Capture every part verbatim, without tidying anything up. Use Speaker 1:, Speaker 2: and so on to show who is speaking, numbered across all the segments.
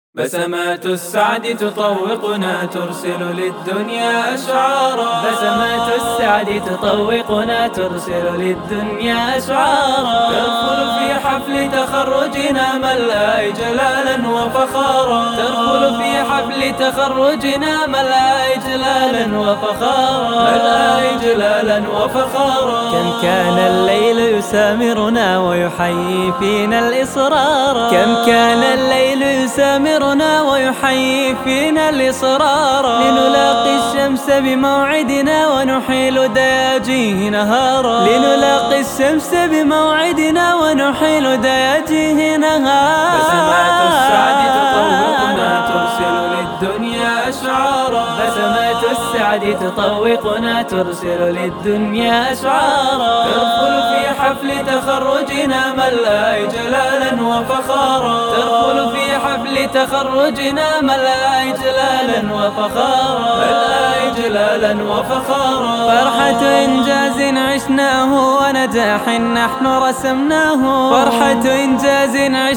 Speaker 1: بسمات السعد تطوقنا ترسل للدنيا أشعارا.
Speaker 2: بسمات السعد تطوقنا ترسل للدنيا أشعارا.
Speaker 1: تدخل في حفل تخرجنا ملأ إجلالا وفخارا.
Speaker 2: تدخل في حفل تخرجنا ملأ إجلالا وفخارا.
Speaker 1: ملأ إجلالا وفخارا.
Speaker 2: كم كان الليل يسامرنا ويحيي فينا الإصرار. كم كان الليل يسامرنا ويحيي فينا الإصرار. لنلاقي الشمس بموعدنا ونحيل دياجيه نهارا. لنلاقي الشمس بموعدنا ونحيل دياجيه نهارا.
Speaker 1: بسمات السعد تطوقنا ترسل للدنيا أشعارا.
Speaker 2: بسمات السعد تطوقنا ترسل للدنيا أشعارا.
Speaker 1: تدخل في حفل تخرجنا ملأ إجلالا وفخارا.
Speaker 2: تدخل في حفل تخرجنا ملأ إجلالا وفخارا.
Speaker 1: ملأ إجلالا وفخارا.
Speaker 2: فرحة إنجاز عشناه ونجاح نحن رسمناه. فرحة إنجاز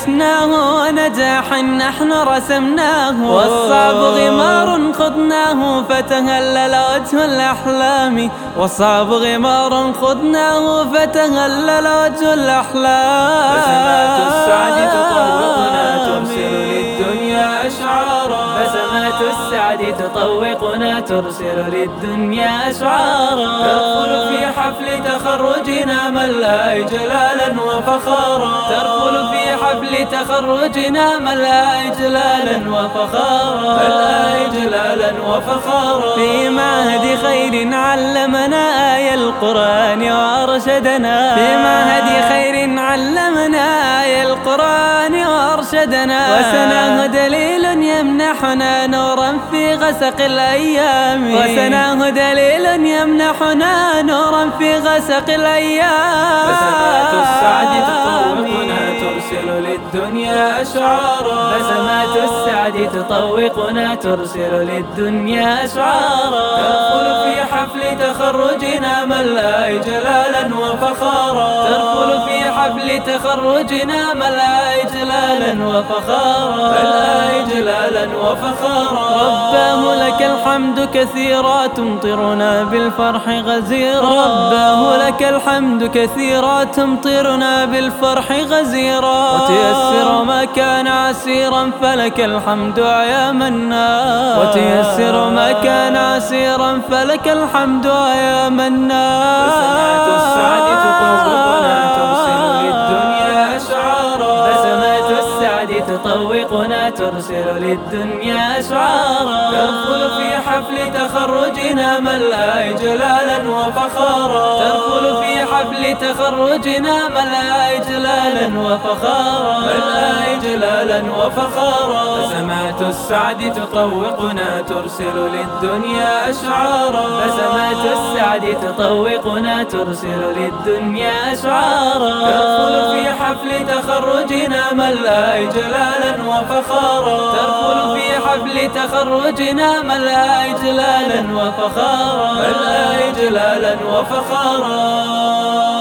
Speaker 2: عشناه ونجاح نحن رسمناه. والصعب غمار خضناه فتهلل وجه الأحلام. والصعب غمار خضناه فتهلل وجه الأحلام.
Speaker 1: بسمات السعد تطوقنا ترسل للدنيا أشعارا.
Speaker 2: بسمات السعد تطوقنا ترسل للدنيا أشعارا.
Speaker 1: تدخل في حفل تخرجنا ملأ إجلالا وفخارا.
Speaker 2: تدخل في حفل تخرجنا ملأ إجلالا وفخارا.
Speaker 1: ملأ إجلالا وفخارا.
Speaker 2: في معهد خير علمنا آي القرآن وأرشدنا. في معهد خير علمنا آي القرآن وأرشدنا. وسناه دليل يمنحنا نورا في غسق الأيام. وسناه دليل يمنحنا نورا في غسق الأيام.
Speaker 1: بسمات السعد تطوقنا ترسل للدنيا أشعارا.
Speaker 2: بسمات السعد تطوقنا ترسل للدنيا أشعارا.
Speaker 1: تدخل في حفل تخرجنا ملأ إجلالا وفخارا.
Speaker 2: تدخل في حفل تخرجنا ملأ إجلالا وفخارا.
Speaker 1: ملأ إجلالا وفخارا.
Speaker 2: رباه لك الحمد كثيرا تمطرنا بالفرح غزيرا. رباه لك الحمد كثيرا تمطرنا بالفرح غزيرا. وتيسر ما كان عسيرا فلك الحمد يا منان. وتيسر ما كان عسيرا فلك الحمد يا منان.
Speaker 1: بسمات السعد تطوقنا ترسل للدنيا أشعارا.
Speaker 2: بسمات السعد تطوقنا ترسل للدنيا أشعارا.
Speaker 1: تدخل في حفل تخرجنا ملأ إجلالا وفخارا.
Speaker 2: تدخل في حفل تخرجنا ملأ إجلالا وفخارا.
Speaker 1: ملأ إجلالا وفخارا. بسمات السعد تطوقنا ترسل للدنيا أشعارا.
Speaker 2: بسمات السعد تطوقنا ترسل للدنيا أشعارا.
Speaker 1: تدخل في حفل تخرجنا ملأ إجلالا وفخارا.
Speaker 2: تدخل في حفل تخرجنا ملأ إجلالا وفخارا.
Speaker 1: ملأ إجلالا وفخارا.